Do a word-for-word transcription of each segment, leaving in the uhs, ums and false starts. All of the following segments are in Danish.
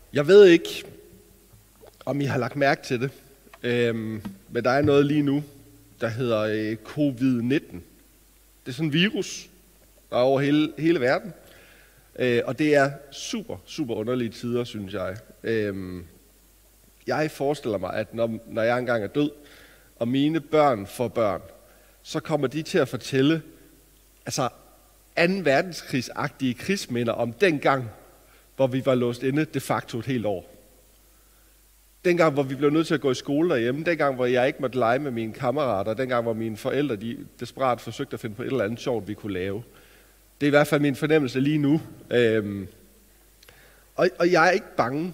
Jeg ved ikke, om I har lagt mærke til det, øhm, men der er noget lige nu, der hedder øh, covid nitten. Det er sådan en virus, der er over hele, hele verden, øh, og det er super, super underlige tider, synes jeg. Øhm, jeg forestiller mig, at når, når jeg engang er død, og mine børn får børn, så kommer de til at fortælle altså anden verdenskrigsagtige krigsminder om dengang, hvor vi var låst inde de facto et helt år. Dengang, hvor vi blev nødt til at gå i skole derhjemme, dengang, hvor jeg ikke måtte lege med mine kammerater, dengang, hvor mine forældre de desperat forsøgte at finde på et eller andet sjovt, vi kunne lave. Det er i hvert fald min fornemmelse lige nu. Øhm, og, og jeg er ikke bange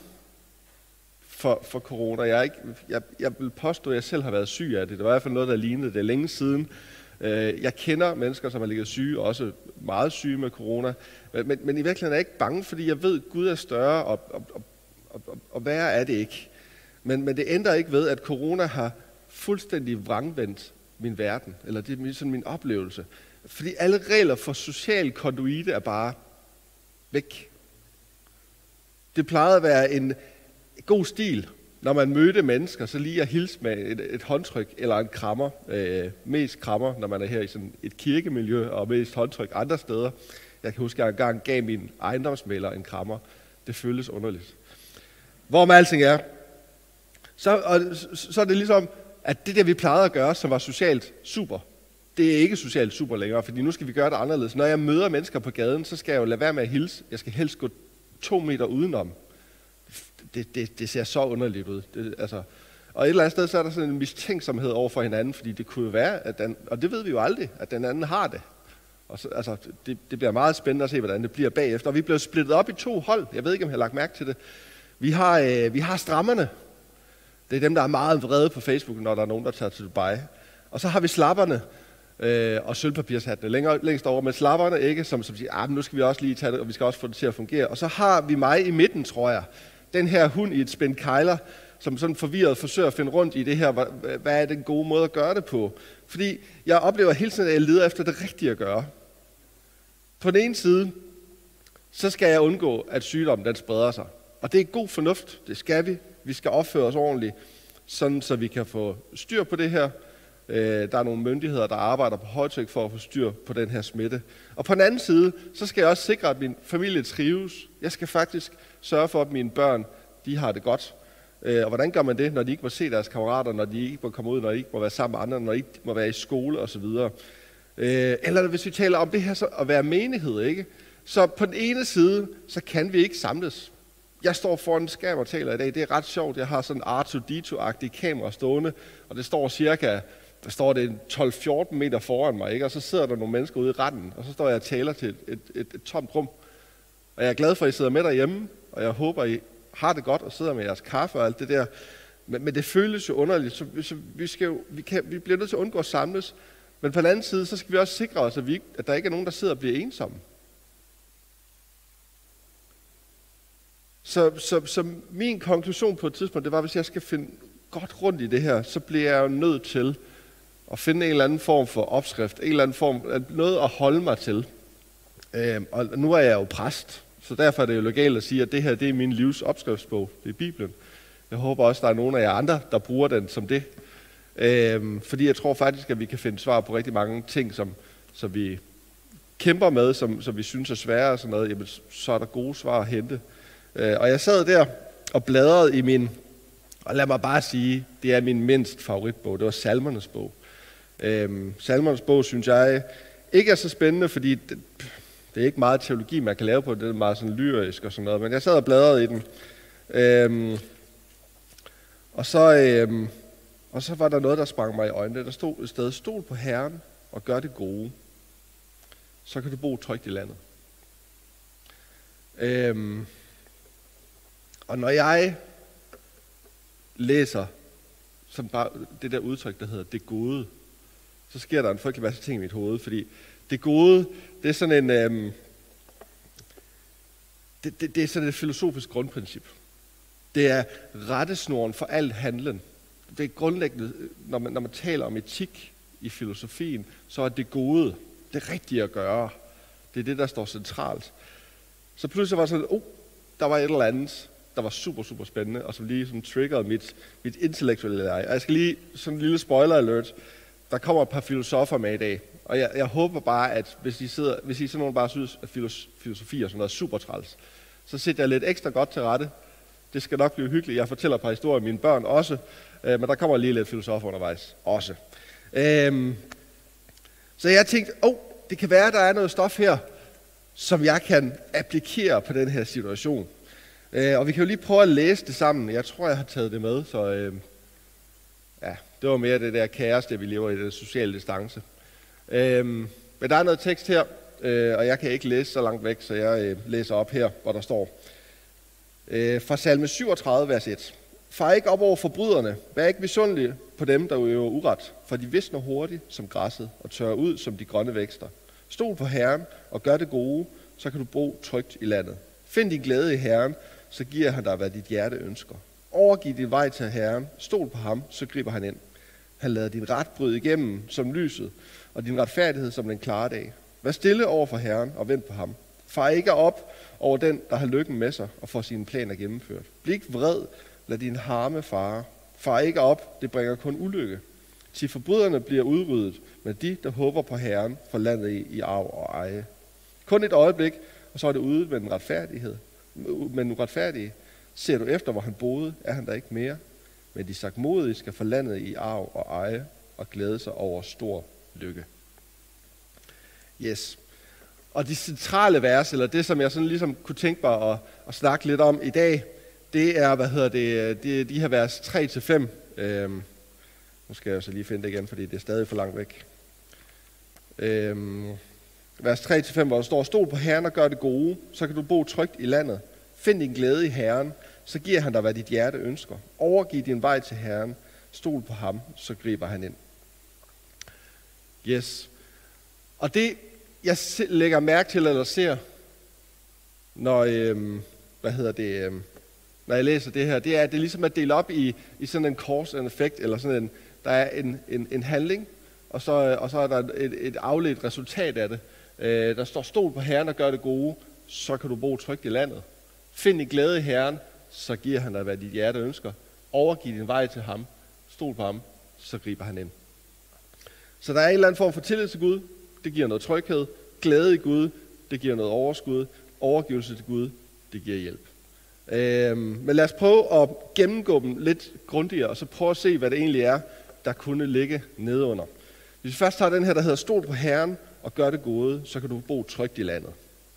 for, for corona. Jeg, er ikke, jeg, jeg vil påstå, at jeg selv har været syg af det. Det var i hvert fald noget, der lignede det længe siden. Øh, jeg kender mennesker, som har ligget syge, også meget syge med corona. Men, men, men i virkeligheden er jeg ikke bange, fordi jeg ved, at Gud er større, og, og, og, og, og værre er det ikke. Men, men det ændrer ikke ved, at corona har fuldstændig vrangvendt min verden, eller det er sådan min oplevelse. Fordi alle regler for social konduite er bare væk. Det plejede at være en god stil, når man mødte mennesker, så lige at hilse med et, et håndtryk eller en krammer. Øh, mest krammer, når man er her i sådan et kirkemiljø, og mest håndtryk andre steder. Jeg kan huske, at jeg engang gav min ejendomsmægler en krammer. Det føles underligt. Hvor med alting er, så, og, så er det ligesom, at det der, vi plejede at gøre, som var socialt super, det er ikke socialt super længere, fordi nu skal vi gøre det anderledes. Når jeg møder mennesker på gaden, så skal jeg jo lade være med at hilse. Jeg skal helst gå to meter udenom. Det, det, det ser så underligt ud. Det, altså, og et eller andet sted, så er der sådan en mistænksomhed over for hinanden, fordi det kunne jo være, at den, og det ved vi jo aldrig, at den anden har det. Og så, altså, det, det bliver meget spændende at se, hvordan det bliver bagefter. Og vi bliver splittet op i to hold. Jeg ved ikke, om jeg har lagt mærke til det. Vi har, øh, vi har strammerne. Det er dem, der er meget vrede på Facebook, når der er nogen, der tager til Dubai. Og så har vi slapperne øh, og sølvpapirshattene længere, længst over. Men slapperne ikke, som, som siger, ah, men nu skal vi også lige tage det, og vi skal også få det til at fungere. Og så har vi mig i midten, tror jeg. Den her hund i et spænd kejler, som sådan forvirret forsøger at finde rundt i det her, hvad, hvad er den gode måde at gøre det på? Fordi jeg oplever hele tiden, at jeg leder efter det rigtige at gøre. På den ene side, så skal jeg undgå, at sygdommen den spreder sig. Og det er god fornuft, det skal vi. Vi skal opføre os ordentligt, sådan så vi kan få styr på det her. Der er nogle myndigheder, der arbejder på højtryk for at få styr på den her smitte. Og på den anden side, så skal jeg også sikre, at min familie trives. Jeg skal faktisk sørge for, at mine børn de har det godt. Og hvordan gør man det, når de ikke må se deres kammerater, når de ikke må komme ud, når de ikke må være sammen med andre, når de ikke må være i skole osv.? Eller hvis vi taler om det her så at være menighed, ikke? Så på den ene side, så kan vi ikke samles. Jeg står foran en skærm og taler i dag. Det er ret sjovt. Jeg har sådan en R to D to-agtig kamera stående, og det står cirka, der står det tolv fjorten meter foran mig, ikke? Og så sidder der nogle mennesker ude i randen, og så står jeg og taler til et, et, et, et tomt rum. Og jeg er glad for, at I sidder med derhjemme, og jeg håber, I har det godt og sidder med jeres kaffe og alt det der. Men, men det føles jo underligt, så, så vi, skal jo, vi, kan, vi bliver nødt til at undgå at samles. Men på den anden side, så skal vi også sikre os, at, vi ikke, at der ikke er nogen, der sidder og bliver ensomme. Så, så, så min konklusion på et tidspunkt, det var, at hvis jeg skal finde godt rundt i det her, så bliver jeg jo nødt til at finde en eller anden form for opskrift, en eller anden form, noget at holde mig til. Øhm, og nu er jeg jo præst, så derfor er det jo legalt at sige, at det her det er min livs opskriftsbog, det er Bibelen. Jeg håber også, at der er nogle af jer andre, der bruger den som det. Øhm, fordi jeg tror faktisk, at vi kan finde svar på rigtig mange ting, som, som vi kæmper med, som, som vi synes er svære og sådan noget. Jamen, så er der gode svar at hente. Øh, og jeg sad der og bladrede i min, og lad mig bare sige, det er min mindst favoritbog, det var Salmernes bog. Øhm, Salmernes bog synes jeg ikke er så spændende, fordi det, det er ikke meget teologi, man kan lave på det, det er meget sådan lyrisk og sådan noget, men jeg sad og bladrede i den. Øhm, og, så, øhm, og så var der noget, der sprang mig i øjnene. Der stod et sted, stol på Herren og gør det gode, så kan du bo trygt i landet. Øhm, og når jeg læser sådan bare det der udtryk, der hedder det gode, så sker der en frygtelig masse ting i mit hoved, fordi det gode, det er sådan en, øhm, det, det, det er sådan et filosofisk grundprincip. Det er rettesnoren for alt handlen. Det er grundlæggende, når man, når man taler om etik i filosofien, så er det gode, det rigtige at gøre. Det er det, der står centralt. Så pludselig var det sådan, oh, der var et eller andet, der var super, super spændende, og som lige sådan triggerede mit, mit intellektuelle jeg. Og jeg skal lige, sådan en lille spoiler alert, der kommer et par filosofer med i dag, og jeg, jeg håber bare, at hvis I, sidder, hvis I sådan nogen bare synes, at filosofi er sådan noget super træls, så sætter jeg lidt ekstra godt til rette. Det skal nok blive hyggeligt. Jeg fortæller et par historier af mine børn også, øh, men der kommer lige lidt filosofer undervejs også. Øhm, så jeg tænkte, åh, oh, det kan være, at der er noget stof her, som jeg kan applikere på den her situation. Øh, og vi kan jo lige prøve at læse det sammen. Jeg tror, jeg har taget det med, så øh, ja, det var mere det der kaos, det vi lever i, det sociale distance. Øh, men der er noget tekst her, øh, og jeg kan ikke læse så langt væk, så jeg øh, læser op her, hvor der står. Øh, fra salme syvogtredive, vers et. Far ikke op over forbryderne, vær ikke misundelige på dem, der udøver uret, for de visner hurtigt som græsset og tørrer ud som de grønne vækster. Stol på Herren og gør det gode, så kan du bo trygt i landet. Find din glæde i Herren, så giver han dig, hvad dit hjerte ønsker. Overgiv din vej til Herren, stol på ham, så griber han ind. Han lader din ret bryde igennem som lyset, og din retfærdighed som den klare dag. Vær stille over for Herren og vent på ham. Far ikke op over den, der har lykken med sig og får sine planer gennemført. Bliv ikke vred, lad din harme fare. Far ikke op, det bringer kun ulykke. Til forbryderne bliver udryddet, men de, der håber på Herren, får landet i, i arv og eje. Kun et øjeblik, og så er det ude med den retfærdighed. Men den uretfærdige, ser du efter, hvor han boede, er han der ikke mere. Men de sagtmodige skal få landet i arv og eje og glæde sig over stor lykke. Yes. Og de centrale vers, eller det, som jeg sådan ligesom kunne tænke mig at, at snakke lidt om i dag, det er, hvad hedder det, det er de her vers tre til fem. Øhm, nu skal jeg så lige finde det igen, fordi det er stadig for langt væk. Øhm, vers tre til fem, hvor der står, stol på Herren og gør det gode, så kan du bo trygt i landet. Find din glæde i Herren, så giver han dig, hvad dit hjerte ønsker. Overgiv din vej til Herren, stol på ham, så griber han ind. Yes. Og det, jeg lægger mærke til, eller ser, når, øhm, hvad hedder det, øhm, når jeg læser det her, det er, at det ligesom er delt op i, i sådan en cause and effect, eller sådan en, der er en, en, en handling, og så, og så er der et, et afledt resultat af det. Øh, der står, stol på Herren og gør det gode, så kan du bo trygt i landet. Find din glæde i Herren, så giver han dig, hvad dit hjerte ønsker. Overgiv din vej til ham, stol på ham, så griber han ind. Så der er en eller anden form for tillid til Gud, det giver noget tryghed. Glæde i Gud, det giver noget overskud. Overgivelse til Gud, det giver hjælp. Øhm, men lad os prøve at gennemgå dem lidt grundigere, og så prøve at se, hvad det egentlig er, der kunne ligge nedenunder. Hvis vi først tager den her, der hedder stol på Herren og gør det gode, så kan du bo trygt i landet.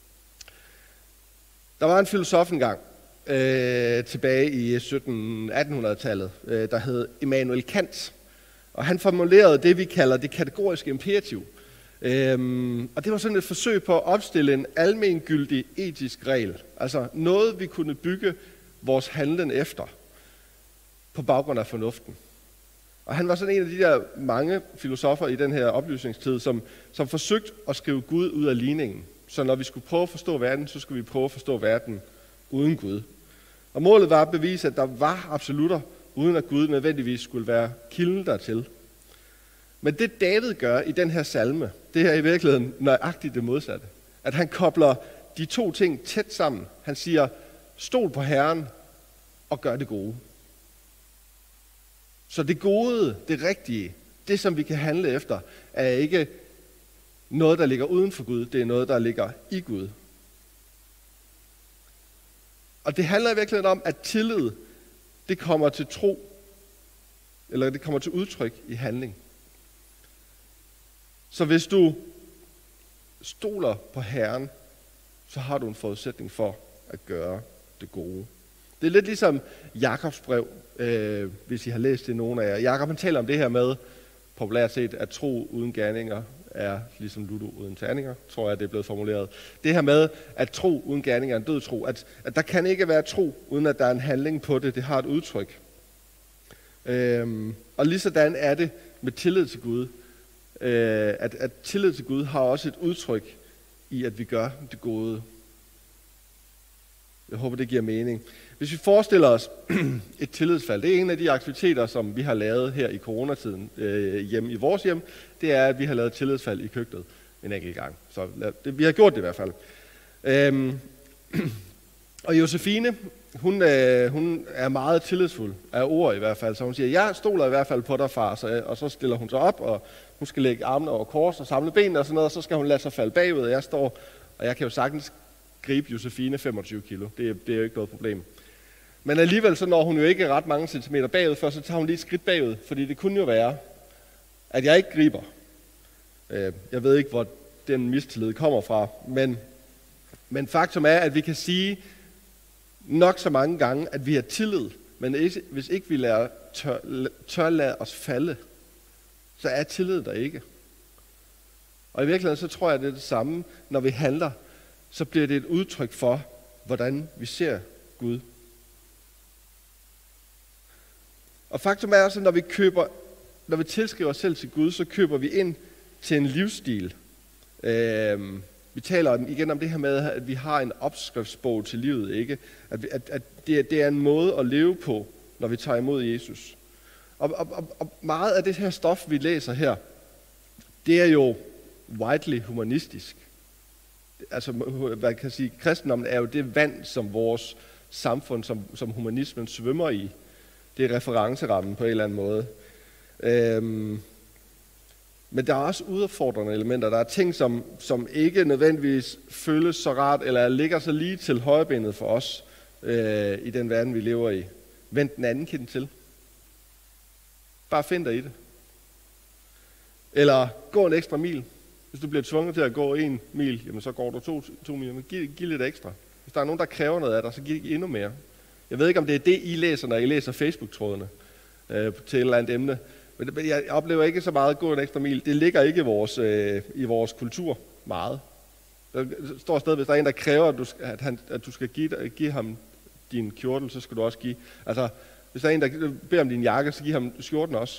Der var en filosof engang, øh, tilbage i sytten-attenhundredetallet, øh, der hed Immanuel Kant. Og han formulerede det, vi kalder det kategoriske imperativ. Øhm, og det var sådan et forsøg på at opstille en almengyldig etisk regel. Altså noget, vi kunne bygge vores handlen efter, på baggrund af fornuften. Og han var sådan en af de der mange filosofer i den her oplysningstid, som, som forsøgte at skrive Gud ud af ligningen. Så når vi skulle prøve at forstå verden, så skulle vi prøve at forstå verden uden Gud. Og målet var at bevise, at der var absolutter, uden at Gud nødvendigvis skulle være kilden dertil. Men det David gør i den her salme, det er i virkeligheden nøjagtigt det modsatte. At han kobler de to ting tæt sammen. Han siger, stol på Herren og gør det gode. Så det gode, det rigtige, det som vi kan handle efter, er ikke noget, der ligger uden for Gud. Det er noget, der ligger i Gud. Og det handler i virkeligheden om, at tillid, det kommer til tro, eller det kommer til udtryk i handling. Så hvis du stoler på Herren, så har du en forudsætning for at gøre det gode. Det er lidt ligesom Jakobs brev, øh, hvis I har læst det nogen af jer. Jakob han taler om det her med, populært set, at tro uden gerninger er ligesom ludo uden terninger, tror jeg, det er blevet formuleret. Det her med, at tro uden gerninger er en død tro. At, at der kan ikke være tro, uden at der er en handling på det. Det har et udtryk. Øhm, og lige sådan er det med tillid til Gud. Øh, at, at tillid til Gud har også et udtryk i, at vi gør det gode. Jeg håber, det giver mening. Hvis vi forestiller os et tillidsfald, det er en af de aktiviteter, som vi har lavet her i coronatiden øh, hjemme i vores hjem, det er, at vi har lavet tillidsfald i køkkenet en enkelt gang. Så det, vi har gjort det i hvert fald. Øhm, Og Josefine, hun, øh, hun er meget tillidsfuld af ord i hvert fald, så hun siger, jeg stoler i hvert fald på dig, far. Så, og så stiller hun sig op, og hun skal lægge armene over kors og samle benene og sådan noget, og så skal hun lade sig falde bagud, og jeg står, og jeg kan jo sagtens gribe Josefine femogtyve kilo. Det, det er jo ikke noget problem. Men alligevel så når hun jo ikke ret mange centimeter bagud, før så tager hun lige et skridt bagud, fordi det kunne jo være, at jeg ikke griber. Jeg ved ikke, hvor den mistillid kommer fra, men, men faktum er, at vi kan sige nok så mange gange, at vi har tillid, men hvis ikke vi lader, tør, tør lade os falde, så er tillid der ikke. Og i virkeligheden så tror jeg, at det er det samme, når vi handler, så bliver det et udtryk for, hvordan vi ser Gud. Og faktum er også, at når vi køber, når vi tilskriver os selv til Gud, så køber vi ind til en livsstil. Øh, vi taler igen om det her med, at vi har en opskriftsbog til livet, ikke? At, vi, at, at det, det er en måde at leve på, når vi tager imod Jesus. Og, og, og meget af det her stof, vi læser her, det er jo widely humanistisk. Altså, hvad kan jeg sige, kristendommen er jo det vand, som vores samfund, som, som humanismen svømmer i. Det er referencerammen på en eller anden måde. Øhm, men der er også udfordrende elementer. Der er ting, som, som ikke nødvendigvis føles så rart, eller ligger så lige til højrebenet for os øh, i den verden, vi lever i. Vend den anden kind til. Bare find dig i det. Eller gå en ekstra mil. Hvis du bliver tvunget til at gå en mil, jamen så går du to, to mil. Men giv, giv lidt ekstra. Hvis der er nogen, der kræver noget af dig, så giv endnu mere. Jeg ved ikke, om det er det, I læser, når I læser Facebook-trådene øh, til et eller andet emne. Men jeg oplever ikke så meget at gå en ekstra mil. Det ligger ikke i vores, øh, i vores kultur meget. Der står stadig, hvis der er en, der kræver, at du, at han, at du skal give, give ham din kjortel, så skal du også give. Altså, hvis der er en, der beder om din jakke, så giv ham skjorten også.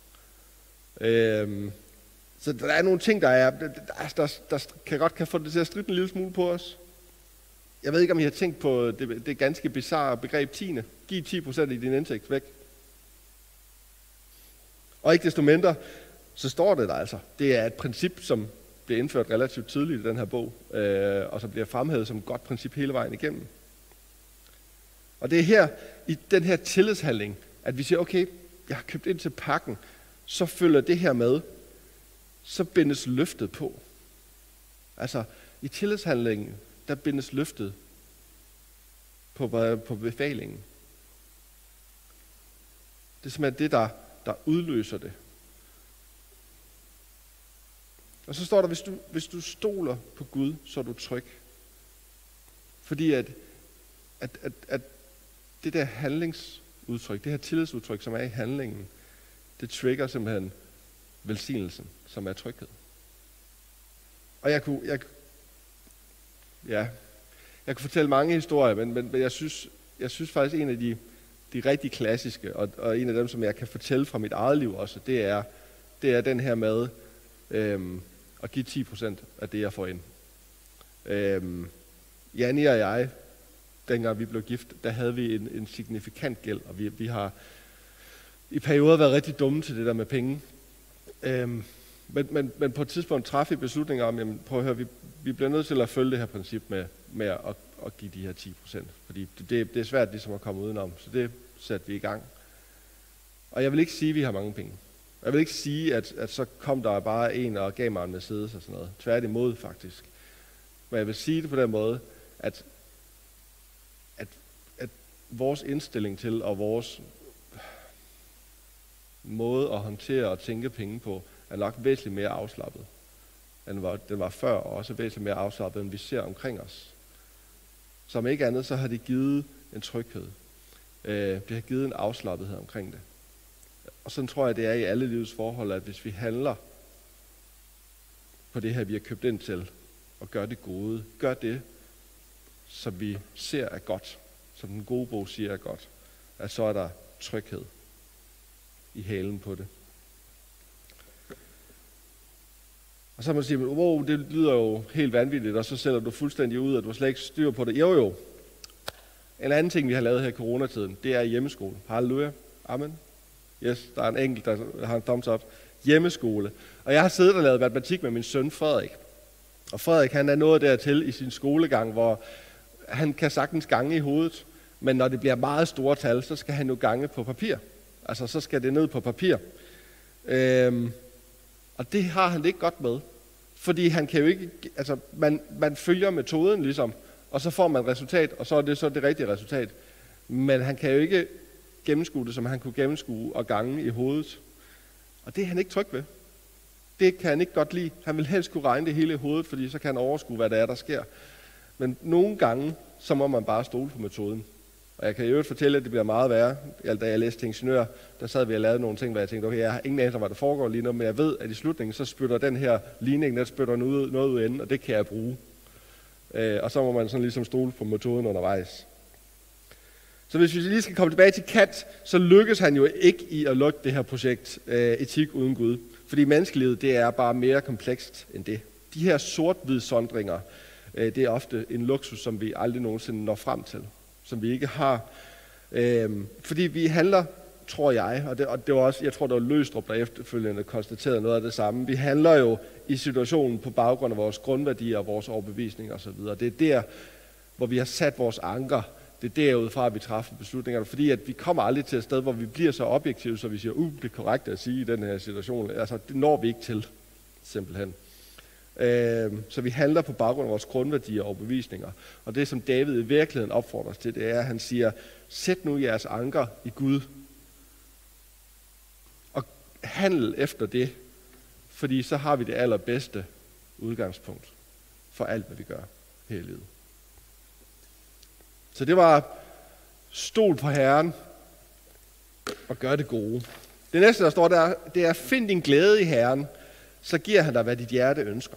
Øhm, så der er nogle ting, der, er, der, der, der kan godt kan få det til at stritte en lille smule på os. Jeg ved ikke, om I har tænkt på det, det ganske bizarre begreb tiende. Giv ti procent i din indtægt væk. Og ikke desto mindre, så står det der altså. Det er et princip, som bliver indført relativt tidligt i den her bog, øh, og som bliver fremhævet som et godt princip hele vejen igennem. Og det er her, i den her tillidshandling, at vi siger, okay, jeg har købt ind til pakken, så følger det her med, så bindes løftet på. Altså, i tillidshandlingen, der bindes løftet på, på befalingen. Det er simpelthen det, der, der udløser det. Og så står der, hvis du, hvis du stoler på Gud, så er du tryg. Fordi at, at, at, at det der handlingsudtryk, det her tillidsudtryk, som er i handlingen, det trigger simpelthen velsignelsen, som er tryghed. Og jeg kunne, jeg, ja, jeg kunne fortælle mange historier, men, men, men jeg, synes, jeg synes faktisk, en af de, de rigtig klassiske, og, og en af dem, som jeg kan fortælle fra mit eget liv også, det er, det er den her med øhm, at give ti procent af det, jeg får ind. Øhm, Janni og jeg, dengang vi blev gift, der havde vi en, en signifikant gæld, og vi, vi har i perioder været rigtig dumme til det der med penge. Øhm, men, men, men på et tidspunkt træffede vi beslutninger om, jamen, prøv at høre, vi, vi bliver nødt til at følge det her princip med, med at, at give de her ti procent. Fordi det, det, det er svært ligesom at komme udenom, så det satte vi i gang. Og jeg vil ikke sige, at vi har mange penge. Jeg vil ikke sige, at, at så kom der bare en og gav mig en Mercedes og sådan noget. Tværtimod faktisk. Men jeg vil sige det på den måde, at, at, at vores indstilling til og vores måde at håndtere og tænke penge på, er nok væsentligt mere afslappet, end den var, den var før, og også væsentligt mere afslappet, end vi ser omkring os. Som ikke andet, så har det givet en tryghed. Øh, det har givet en afslappethed omkring det. Og sådan tror jeg, det er i alle livets forhold, at hvis vi handler på det her, vi har købt ind til, og gør det gode, gør det, som vi ser er godt, som den gode bog siger er godt, at så er der tryghed i halen på det. Og så må man sige, wow, det lyder jo helt vanvittigt, og så sætter du fuldstændig ud, at du slet ikke styr på det. Jo jo. En anden ting, vi har lavet her i coronatiden, det er hjemmeskole. Halleluja. Amen. Yes, der er en enkelt, der har en thumbs up. Hjemmeskole. Og jeg har siddet og lavet matematik med min søn Frederik. Og Frederik, han er nået dertil i sin skolegang, hvor han kan sagtens gange i hovedet, men når det bliver meget store tal, så skal han jo gange på papir. Altså, så skal det ned på papir. Øhm, og det har han det ikke godt med. Fordi han kan jo ikke, altså, man, man følger metoden ligesom, og så får man resultat, og så er det så det rigtige resultat. Men han kan jo ikke gennemskue det, som han kunne gennemskue og gange i hovedet. Og det er han ikke tryg ved. Det kan han ikke godt lide. Han vil helst kunne regne det hele i hovedet, fordi så kan han overskue, hvad det er, der sker. Men nogle gange, så må man bare stole på metoden. Og jeg kan i øvrigt fortælle, at det bliver meget værre. Da jeg læste til ingeniør, der sad vi og lavede nogle ting, hvor jeg tænkte, okay, jeg har ingen anelse om, hvad der foregår lige nu, men jeg ved, at i slutningen, så spytter den her ligning, der spytter noget, noget ud enden, og det kan jeg bruge. Øh, og så må man sådan ligesom stole på metoden undervejs. Så hvis vi lige skal komme tilbage til Kant, så lykkes han jo ikke i at lukke det her projekt, øh, etik uden Gud. Fordi menneskelivet, det er bare mere komplekst end det. De her sort-hvid sondringer, øh, det er ofte en luksus, som vi aldrig nogensinde når frem til. Som vi ikke har. Øhm, fordi vi handler, tror jeg, og det, og det var også, jeg tror, det var Løgstrup, der efterfølgende konstaterede noget af det samme. Vi handler jo i situationen på baggrund af vores grundværdier og vores overbevisninger osv. Det er der, hvor vi har sat vores anker. Det er derudfra, at vi træffer beslutninger. Fordi at vi kommer aldrig til et sted, hvor vi bliver så objektive, så vi siger, uh, det er korrekt at sige i den her situation. Altså, det når vi ikke til, simpelthen. Så vi handler på baggrund af vores grundværdier og overbevisninger. Og det, som David i virkeligheden opfordrer os til, det er, at han siger, sæt nu jeres anker i Gud, og handle efter det, fordi så har vi det allerbedste udgangspunkt for alt, hvad vi gør her i livet. Så det var stol på Herren og gør det gode. Det næste, der står der, det er, find din glæde i Herren, så giver han dig, hvad dit hjerte ønsker.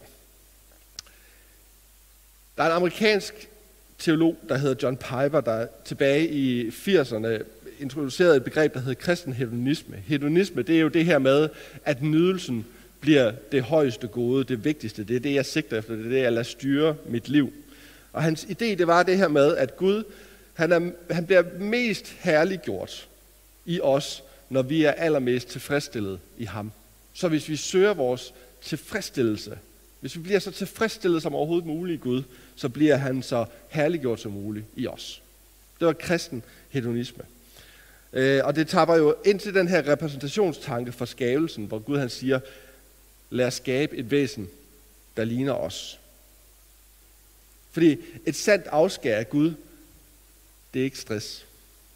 Der er en amerikansk teolog, der hedder John Piper, der tilbage i firserne introducerede et begreb, der hedder kristen hedonisme. Hedonisme, det er jo det her med, at nydelsen bliver det højeste gode, det vigtigste. Det er det, jeg sigter efter. Det er det, jeg lader styre mit liv. Og hans idé, det var det her med, at Gud, han, er, han bliver mest herliggjort i os, når vi er allermest tilfredsstillet i ham. Så hvis vi søger vores tilfredsstillelse, hvis vi bliver så tilfredsstillet som overhovedet muligt i Gud, så bliver han så herliggjort som muligt i os. Det var kristen hedonisme. Øh, og det tapper jo ind til den her repræsentationstanke for skabelsen, hvor Gud han siger, lad os skabe et væsen, der ligner os. Fordi et sandt afskær af Gud, det er ikke stress.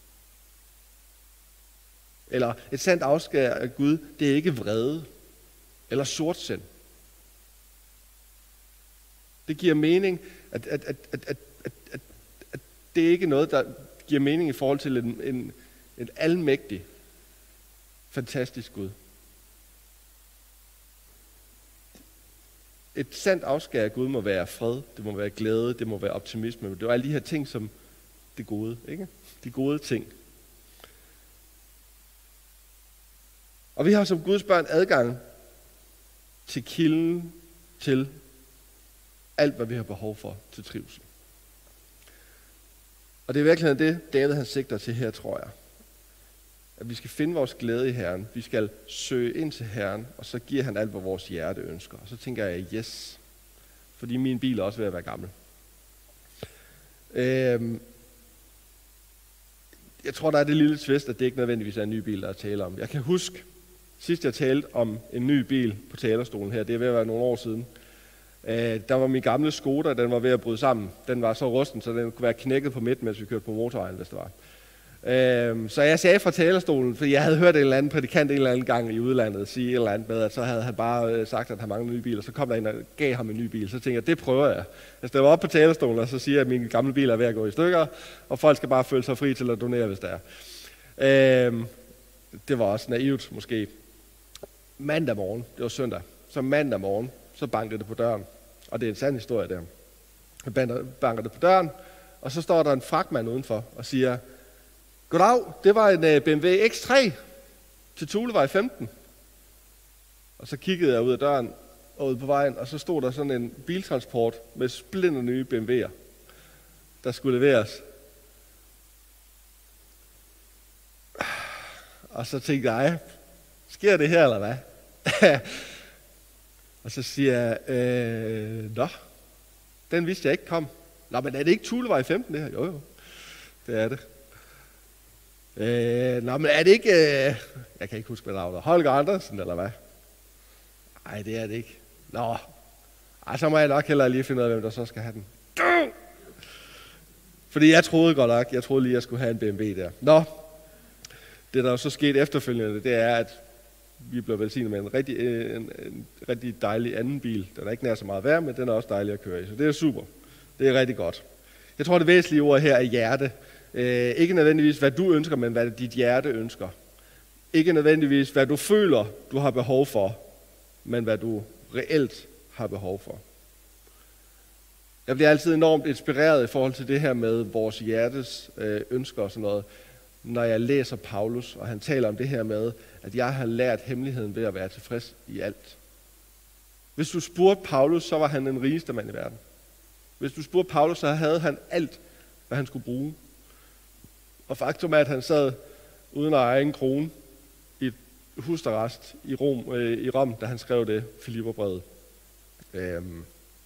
Eller et sandt afskær af Gud, det er ikke vrede eller sortsind. Det giver mening, at, at, at, at, at, at, at, at det er ikke noget, der giver mening i forhold til en, en, en almægtig, fantastisk Gud. Et sandt afskær af Gud må være fred, det må være glæde, det må være optimisme. Det er alle de her ting, som det gode, ikke? De gode ting. Og vi har som Guds børn adgang til kilden til alt, hvad vi har behov for til trivsel. Og det er virkelig det, David han sigter til her, tror jeg. At vi skal finde vores glæde i Herren. Vi skal søge ind til Herren, og så giver han alt, hvad vores hjerte ønsker. Og så tænker jeg, yes, fordi min bil er også ved at være gammel. Øhm, jeg tror, der er det lille twist, at det ikke nødvendigvis er en ny bil, der er tale om. Jeg kan huske, sidst jeg talte om en ny bil på talerstolen her, det er ved at være nogle år siden. Øh, der var min gamle Skoda, den var ved at bryde sammen. Den var så rusten, så den kunne være knækket på midten, mens vi kørte på motorvejen, hvis det var. Øh, så jeg sagde fra talerstolen, fordi jeg havde hørt en eller anden prædikant en eller anden gang i udlandet sige et eller andet med, at så havde han bare sagt, at han manglede en ny bil, og så kom der en, der gav ham en ny bil. Så tænkte jeg, det prøver jeg. Jeg stiller op på talerstolen, og så siger jeg, at min gamle bil er ved at gå i stykker, og folk skal bare føle sig fri til at donere, hvis det er. Øh, det var også naivt, måske. Mandag morgen, det var søndag, så mandag morgen, så bankede det på døren. Og det er en sand historie der. Jeg banker det på døren, og så står der en fragtmand udenfor og siger, goddag, det var en B M W X tre til Thulevej femten. Og så kiggede jeg ud af døren og ud på vejen, og så stod der sådan en biltransport med splinter nye B M W'er, der skulle leveres. Og så tænkte jeg, sker det her eller hvad? Og så siger jeg, øh, nå, den vidste jeg ikke kom. Nå, men er det ikke Thulevej femten, det her? Jo, jo. Det er det. Øh, nå, men er det ikke... Øh, jeg kan ikke huske, hvad navnet er. Holger Andersen, eller hvad? Nej, det er det ikke. Nå. Ej, så må jeg nok hellere lige finde ud af, hvem der så skal have den. Fordi jeg troede godt nok, jeg troede lige, jeg skulle have en B M W der. Nå. Det, der er så sket efterfølgende, det er, at vi blev velsignet med en rigtig, en, en rigtig dejlig anden bil. Den er ikke nær så meget værd, men den er også dejlig at køre i. Så det er super. Det er rigtig godt. Jeg tror, det væsentlige ord her er hjerte. Øh, ikke nødvendigvis, hvad du ønsker, men hvad dit hjerte ønsker. Ikke nødvendigvis, hvad du føler, du har behov for, men hvad du reelt har behov for. Jeg bliver altid enormt inspireret i forhold til det her med vores hjertes øh, ønsker og sådan noget, når jeg læser Paulus, og han taler om det her med, at jeg har lært hemmeligheden ved at være tilfreds i alt. Hvis du spurgte Paulus, så var han den rigeste mand i verden. Hvis du spurgte Paulus, så havde han alt, hvad han skulle bruge. Og faktum er, at han sad uden at eje en krone i et husarrest i Rom, øh, i Rom, da han skrev det Filipperbrevet. Øhm.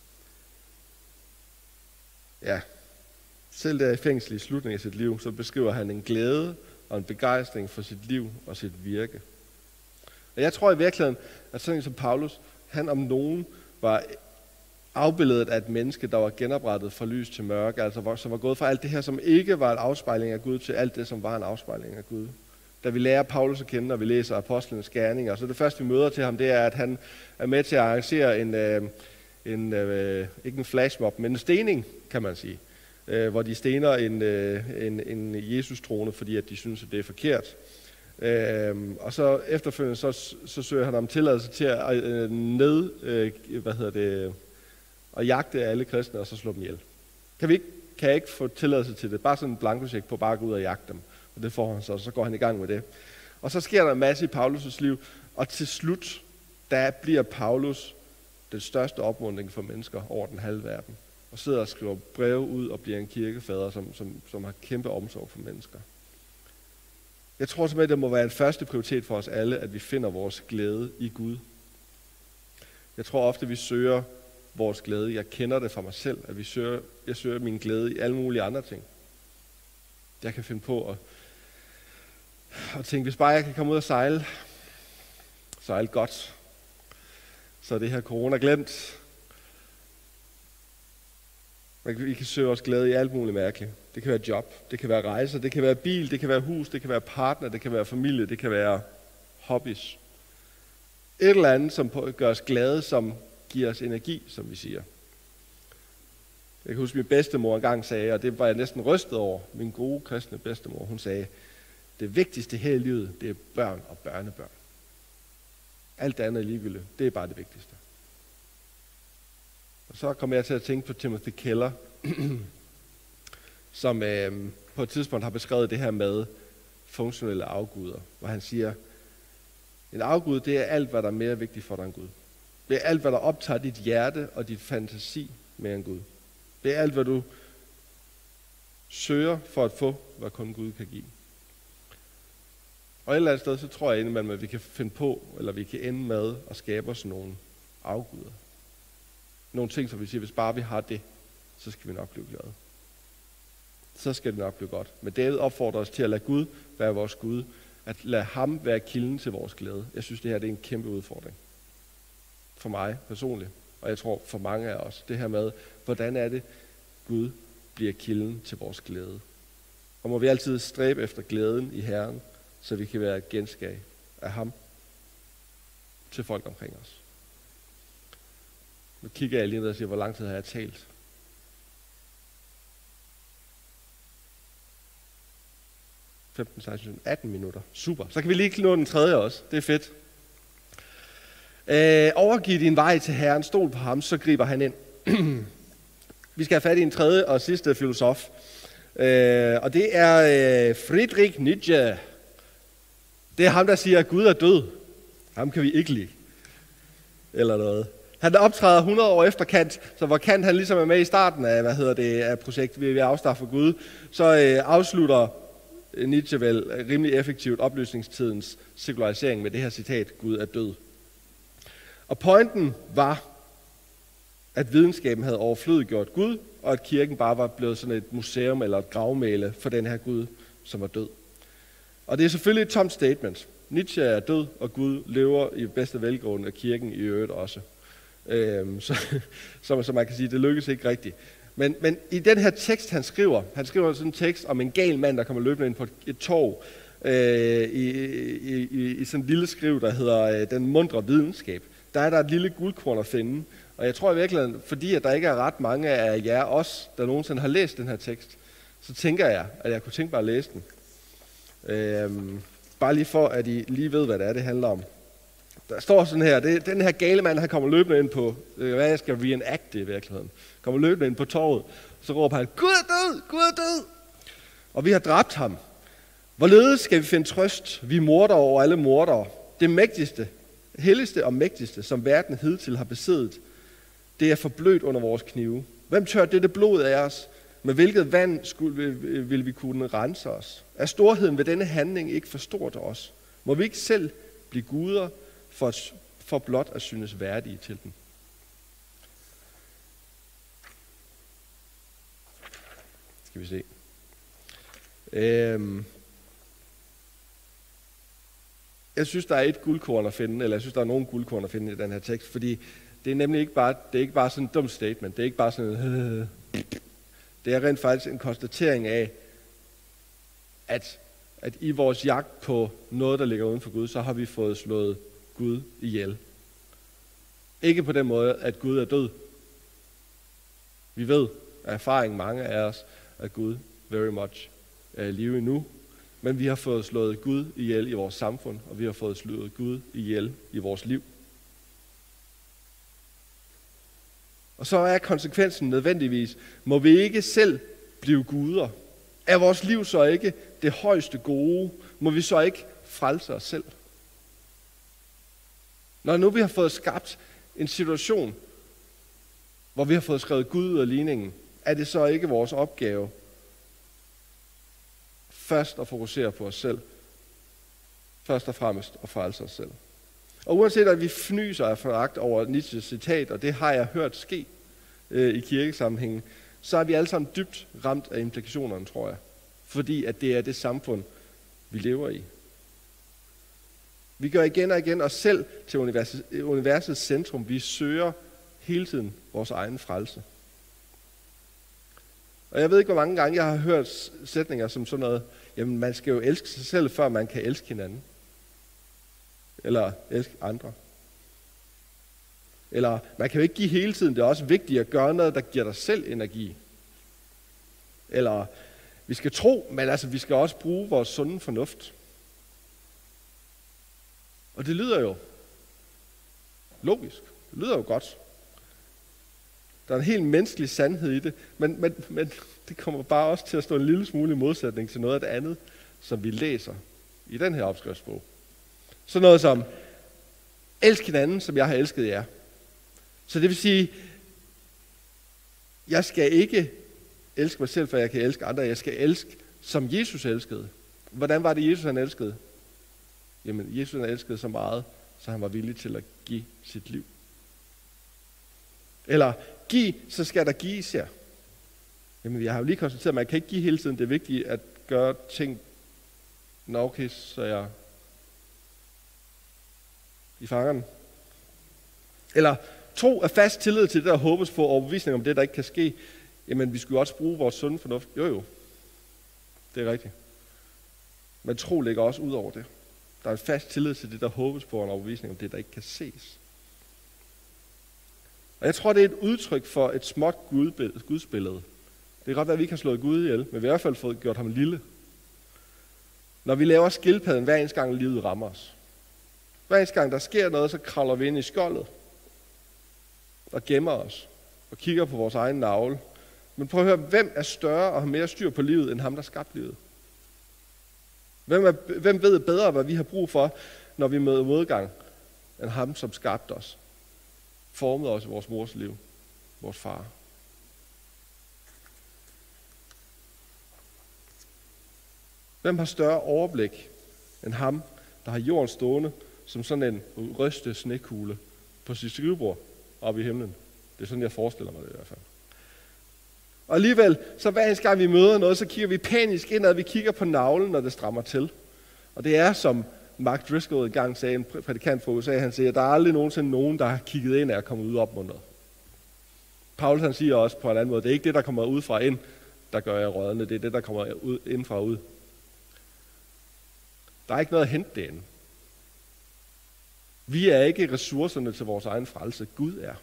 Ja. Selv der i fængsel i slutningen af sit liv, så beskriver han en glæde og en begejstring for sit liv og sit virke. Og jeg tror i virkeligheden, at sådan som Paulus, han om nogen var afbilledet af et menneske, der var genoprettet fra lys til mørke, altså som var gået fra alt det her, som ikke var en afspejling af Gud, til alt det, som var en afspejling af Gud. Da vi lærer Paulus at kende, og vi læser apostlenes gerninger, så det første, vi møder til ham, det er, at han er med til at arrangere en, øh, en øh, ikke en flashmob, men en stening, kan man sige, øh, hvor de stener en, øh, en, en Jesus-trone, fordi at de synes, at det er forkert. Øhm, og så efterfølgende, så, så søger han om tilladelse til at øh, ned, øh, hvad hedder det, og jagte alle kristne, og så slå dem ihjel. Kan vi ikke, kan jeg ikke få tilladelse til det? Bare sådan en blankocheck på bare at gå ud og jagte dem. Og det får han så, så går han i gang med det. Og så sker der en masse i Paulus' liv, og til slut, der bliver Paulus den største opmuntring for mennesker over den halve verden. Og sidder og skriver breve ud og bliver en kirkefader, som, som, som har kæmpe omsorg for mennesker. Jeg tror simpelthen, det må være en første prioritet for os alle, at vi finder vores glæde i Gud. Jeg tror ofte, vi søger vores glæde. Jeg kender det fra mig selv, at vi søger, jeg søger min glæde i alle mulige andre ting. Jeg kan finde på at, at tænke, hvis bare jeg kan komme ud og sejle, sejle godt, så er det her corona glemt. Vi kan søge os glæde i alt muligt mærkeligt. Det kan være job, det kan være rejser, det kan være bil, det kan være hus, det kan være partner, det kan være familie, det kan være hobbies. Et eller andet, som gør os glade, som giver os energi, som vi siger. Jeg kan huske, min bedstemor engang sagde, og det var jeg næsten rystet over, min gode kristne bedstemor, hun sagde, det vigtigste her i livet, det er børn og børnebørn. Alt det andet er ligegyldigt, det er bare det vigtigste. Og så kommer jeg til at tænke på Timothy Keller, som øh, på et tidspunkt har beskrevet det her med funktionelle afguder, hvor han siger, en afgud, det er alt, hvad der er mere vigtigt for dig end Gud. Det er alt, hvad der optager dit hjerte og dit fantasi mere end Gud. Det er alt, hvad du søger for at få, hvad kun Gud kan give. Og et eller andet sted, så tror jeg indimellem, at vi kan finde på, eller vi kan ende med at skabe os nogle afguder. Nogle ting, som vi siger, hvis bare vi har det, så skal vi nok blive glade. Så skal det nok blive godt. Men David opfordrer os til at lade Gud være vores Gud. At lade ham være kilden til vores glæde. Jeg synes, det her det er en kæmpe udfordring. For mig personligt. Og jeg tror for mange af os. Det her med, hvordan er det, Gud bliver kilden til vores glæde. Og må vi altid stræbe efter glæden i Herren, så vi kan være et genskab af ham til folk omkring os. Nu kigger jeg lige ned og siger, hvor lang tid har jeg talt? femten, seksten, atten minutter. Super. Så kan vi lige nå den tredje også. Det er fedt. Øh, overgiv din vej til Herren. Stol på ham, så griber han ind. Vi skal have fat i en tredje og sidste filosof. Øh, og det er øh, Friedrich Nietzsche. Det er ham, der siger, at Gud er død. Ham kan vi ikke lide. Eller noget. Han optræder hundrede år efter Kant, så hvor Kant han ligesom er med i starten af, hvad hedder det, af projektet, vi vil afskaffe Gud, så øh, afslutter Nietzsche vel rimelig effektivt oplysningstidens sekularisering med det her citat, Gud er død. Og pointen var, at videnskaben havde overflødiggjort Gud, og at kirken bare var blevet sådan et museum eller et gravmæle for den her Gud, som var død. Og det er selvfølgelig et tomt statement. Nietzsche er død, og Gud lever i bedste velgående, og kirken i øvrigt også. Øhm, så, så, så man kan sige, det lykkes ikke rigtigt. Men, men i den her tekst, han skriver, han skriver sådan en tekst om en gal mand, der kommer løbende ind på et, et torv, øh, i, i, i, i sådan en lille skriv, der hedder øh, Den mundre videnskab. Der er der et lille guldkorn at finde. Og jeg tror i virkeligheden, fordi at der ikke er ret mange af jer os, der nogensinde har læst den her tekst, så tænker jeg, at jeg kunne tænke mig at læse den. Øhm, bare lige for, at I lige ved, hvad det er, det handler om. Der står sådan her, det, den her gale mand, han kommer løbende ind på, øh, hvad jeg skal reenacte i virkeligheden, kommer løbende ind på torvet, så råber han, Gud er død, Gud er død, og vi har dræbt ham. Hvorledes skal vi finde trøst, vi morder over alle mordere, det mægtigste, helligste og mægtigste, som verden hidtil har besiddet, det er forblødt under vores knive. Hvem tør dette blod af os? Med hvilket vand skulle, vil vi kunne rense os? Er storheden ved denne handling ikke for stor til os? Må vi ikke selv blive guder for, for blot at synes værdige til den? Skal vi se. Øhm. Jeg synes, der er et guldkorn at finde, eller jeg synes, der er nogle guldkorn at finde i den her tekst, fordi det er nemlig ikke bare, det er ikke bare sådan et dumt statement. Det er ikke bare sådan en, det er rent faktisk en konstatering af, at, at i vores jagt på noget, der ligger uden for Gud, så har vi fået slået Gud ihjel. Ikke på den måde, at Gud er død. Vi ved af erfaring, mange af os, at Gud very much er i live endnu. Men vi har fået slået Gud ihjel i vores samfund, og vi har fået slået Gud ihjel i vores liv. Og så er konsekvensen nødvendigvis, må vi ikke selv blive guder? Er vores liv så ikke det højeste gode? Må vi så ikke frelse os selv? Når nu vi har fået skabt en situation, hvor vi har fået skrevet Gud ud af ligningen, er det så ikke vores opgave først at fokusere på os selv? Først og fremmest at frelse os selv. Og uanset at vi fnyser af foragt over Nietzsches citat, og det har jeg hørt ske øh, i kirkesammenhængen, så er vi alle sammen dybt ramt af implikationerne, tror jeg. Fordi at det er det samfund, vi lever i. Vi gør igen og igen os selv til universets, universets centrum. Vi søger hele tiden vores egen frelse. Og jeg ved ikke, hvor mange gange jeg har hørt sætninger som sådan noget, jamen man skal jo elske sig selv, før man kan elske hinanden. Eller elske andre. Eller man kan jo ikke give hele tiden, det er også vigtigt at gøre noget, der giver dig selv energi. Eller vi skal tro, men altså vi skal også bruge vores sunde fornuft. Og det lyder jo logisk. Det lyder jo godt. Der er en helt menneskelig sandhed i det, men, men, men det kommer bare også til at stå en lille smule i modsætning til noget af det andet, som vi læser i den her opskriftsbog. Sådan noget som, elsk hinanden, som jeg har elsket jer. Så det vil sige, jeg skal ikke elske mig selv, for jeg kan elske andre. Jeg skal elske, som Jesus elskede. Hvordan var det, Jesus han elskede? Jamen, Jesus han elskede så meget, så han var villig til at give sit liv. Eller, giv, så skal der gives jer. Jamen, jeg har jo lige konstateret, at man kan ikke give hele tiden. Det er vigtigt at gøre ting, nå okay, så jeg i fangeren. Eller, tro er fast tillid til det, der håbes på, overbevisning om det, der ikke kan ske. Jamen, vi skulle også bruge vores sunde fornuft. Jo, jo. Det er rigtigt. Men tro ligger også ud over det. Der er en fast tillid til det, der håbes på, en overbevisning om det, der ikke kan ses. Og jeg tror, det er et udtryk for et småt gudsbillede. Det kan godt være, at vi ikke har slået Gud ihjel, men vi har i hvert fald fået gjort ham lille. Når vi laver skildpadden, hver eneste gang livet rammer os. Hver eneste gang der sker noget, så kravler vi ind i skjoldet og gemmer os og kigger på vores egen navle. Men prøv at høre, hvem er større og har mere styr på livet, end ham, der skabte livet? Hvem, er, hvem ved bedre, hvad vi har brug for, når vi møder modgang, end ham, som skabte os? Formede os i vores mors liv, vores far. Hvem har større overblik end ham, der har jorden stående som sådan en rystet snekugle på sit skrivebord oppe i himlen? Det er sådan, jeg forestiller mig det i hvert fald. Og alligevel, så hver eneste gang vi møder noget, så kigger vi panisk indad, vi kigger på navlen, når det strammer til. Og det er, som Mark Driscoll engang sagde, en prædikant fra U S A, han siger, at der er aldrig nogensinde nogen, der har kigget ind og er kommet ud opmuntret. Paulus han siger også på en anden måde, det er ikke det, der kommer ud fra ind, der gør jeg rødende, det er det, der kommer ud, ind fra ud. Der er ikke noget at hente derinde. Vi er ikke ressourcerne til vores egen frelse. Gud er.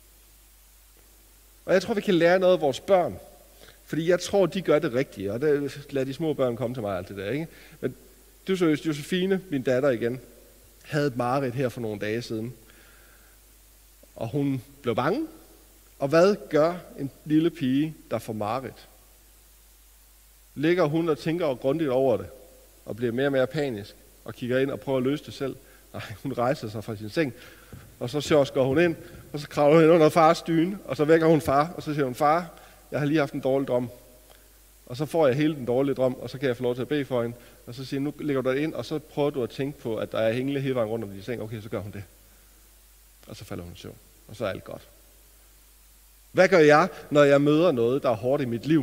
Og jeg tror, vi kan lære noget af vores børn. Fordi jeg tror, de gør det rigtige. Og det, lad de små børn komme til mig alt det der, ikke? Men du så, Josefine, min datter igen, havde et mareridt her for nogle dage siden. Og hun blev bange. Og hvad gør en lille pige, der får mareridt? Ligger hun og tænker grundigt over det, og bliver mere og mere panisk, og kigger ind og prøver at løse det selv? Nej, hun rejser sig fra sin seng, og så sjovt går hun ind, og så kravler hun ind under fars dyne, og så vækker hun far, og så siger hun, far, jeg har lige haft en dårlig drøm. Og så får jeg hele den dårlige drøm, og så kan jeg få lov til at bede for hende. Og så siger nu ligger du ind, og så prøver du at tænke på, at der er engle hele vejen rundt om din seng. Okay, så gør hun det. Og så falder hun i søvn, og så er alt godt. Hvad gør jeg, når jeg møder noget, der er hårdt i mit liv?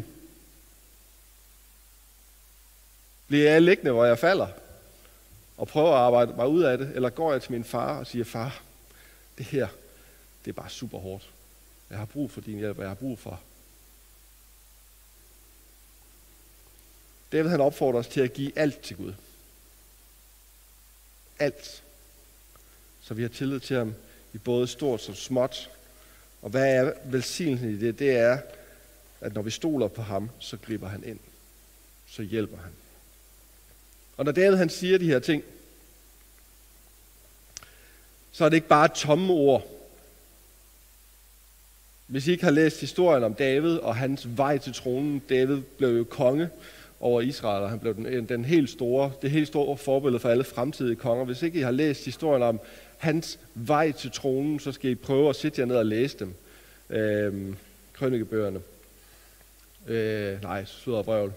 Bliver jeg liggende, hvor jeg falder, og prøver at arbejde mig ud af det, eller går jeg til min far og siger, far, det her, det er bare super hårdt. Jeg har brug for din hjælp, og jeg har brug for. David han opfordrer os til at give alt til Gud. Alt. Så vi har tillid til ham i både stort som småt. Og hvad er velsignelsen i det? Det er, at når vi stoler på ham, så griber han ind. Så hjælper han. Og når David han siger de her ting, så er det ikke bare tomme ord. Hvis I ikke har læst historien om David og hans vej til tronen, David blev jo konge over Israel, og han blev den, den helt store, det helt store forbillede for alle fremtidige konger. Hvis ikke I har læst historien om hans vej til tronen, så skal I prøve at sætte jer ned og læse dem. Øhm, krønikebøgerne. Øh, nej, slud og vrøvl.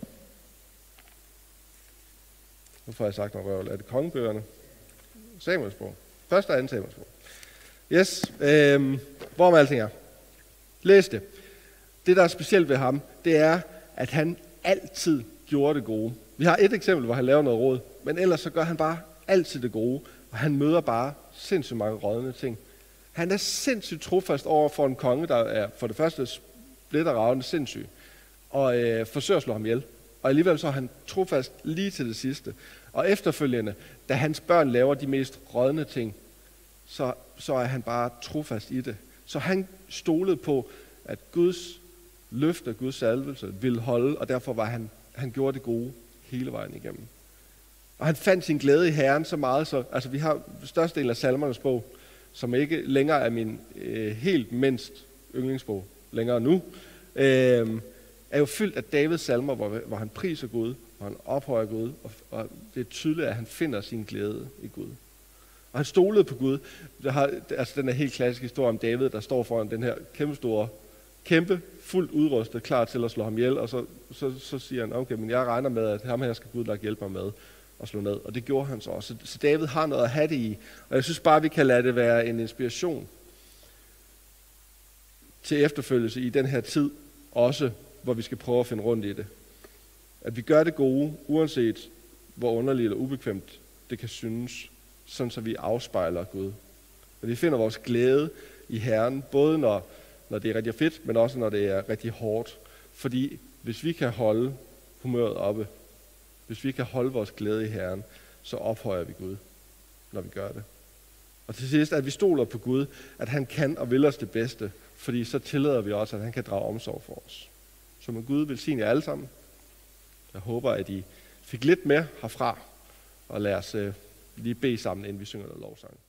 Hvorfor har jeg sagt noget vrøvl? Er det kongebøgerne? Samuelsbog. Første og anden Samuelsbog. Yes. Øhm, hvor med alting er. Læs det. Det, der er specielt ved ham, det er, at han altid gjorde det gode. Vi har et eksempel, hvor han laver noget råd, men ellers så gør han bare altid det gode, og han møder bare sindssygt mange rådne ting. Han er sindssygt trofast over for en konge, der er for det første splitter ravende sindssyg, og øh, forsøger at slå ham ihjel. Og alligevel så er han trofast lige til det sidste. Og efterfølgende, da hans børn laver de mest rådne ting, så, så er han bare trofast i det. Så han stolede på, at Guds løfte, Guds salvelse ville holde, og derfor var han, han gjorde det gode hele vejen igennem. Og han fandt sin glæde i Herren så meget, så altså vi har størstedelen af salmernes bog, som ikke længere er min øh, helt mindst yndlingsbog længere nu, øh, er jo fyldt af Davids salmer, hvor, hvor han priser Gud, hvor han ophøjer Gud, og, og det er tydeligt, at han finder sin glæde i Gud. Og han stolede på Gud. Der har, altså den her helt klassiske historie om David, der står foran den her kæmpe store, kæmpe, fuldt udrustet, klar til at slå ham ihjel, og så, så, så siger han, okay, men jeg regner med, at ham her skal Gud nok hjælpe mig med at slå ned. Og det gjorde han så også. Så David har noget at have det i. Og jeg synes bare, vi kan lade det være en inspiration til efterfølgelse i den her tid, også hvor vi skal prøve at finde rundt i det. At vi gør det gode, uanset hvor underligt og ubekvemt det kan synes, sådan så vi afspejler Gud. At vi finder vores glæde i Herren, både når, når det er rigtig fedt, men også når det er rigtig hårdt. Fordi hvis vi kan holde humøret oppe, hvis vi kan holde vores glæde i Herren, så ophøjer vi Gud, når vi gør det. Og til sidst, at vi stoler på Gud, at han kan og vil os det bedste, fordi så tillader vi også, at han kan drage omsorg for os. Så må Gud velsigne jer alle sammen. Jeg håber, at I fik lidt mere herfra, og lad os øh, lige bede sammen, inden vi synger noget lovsang.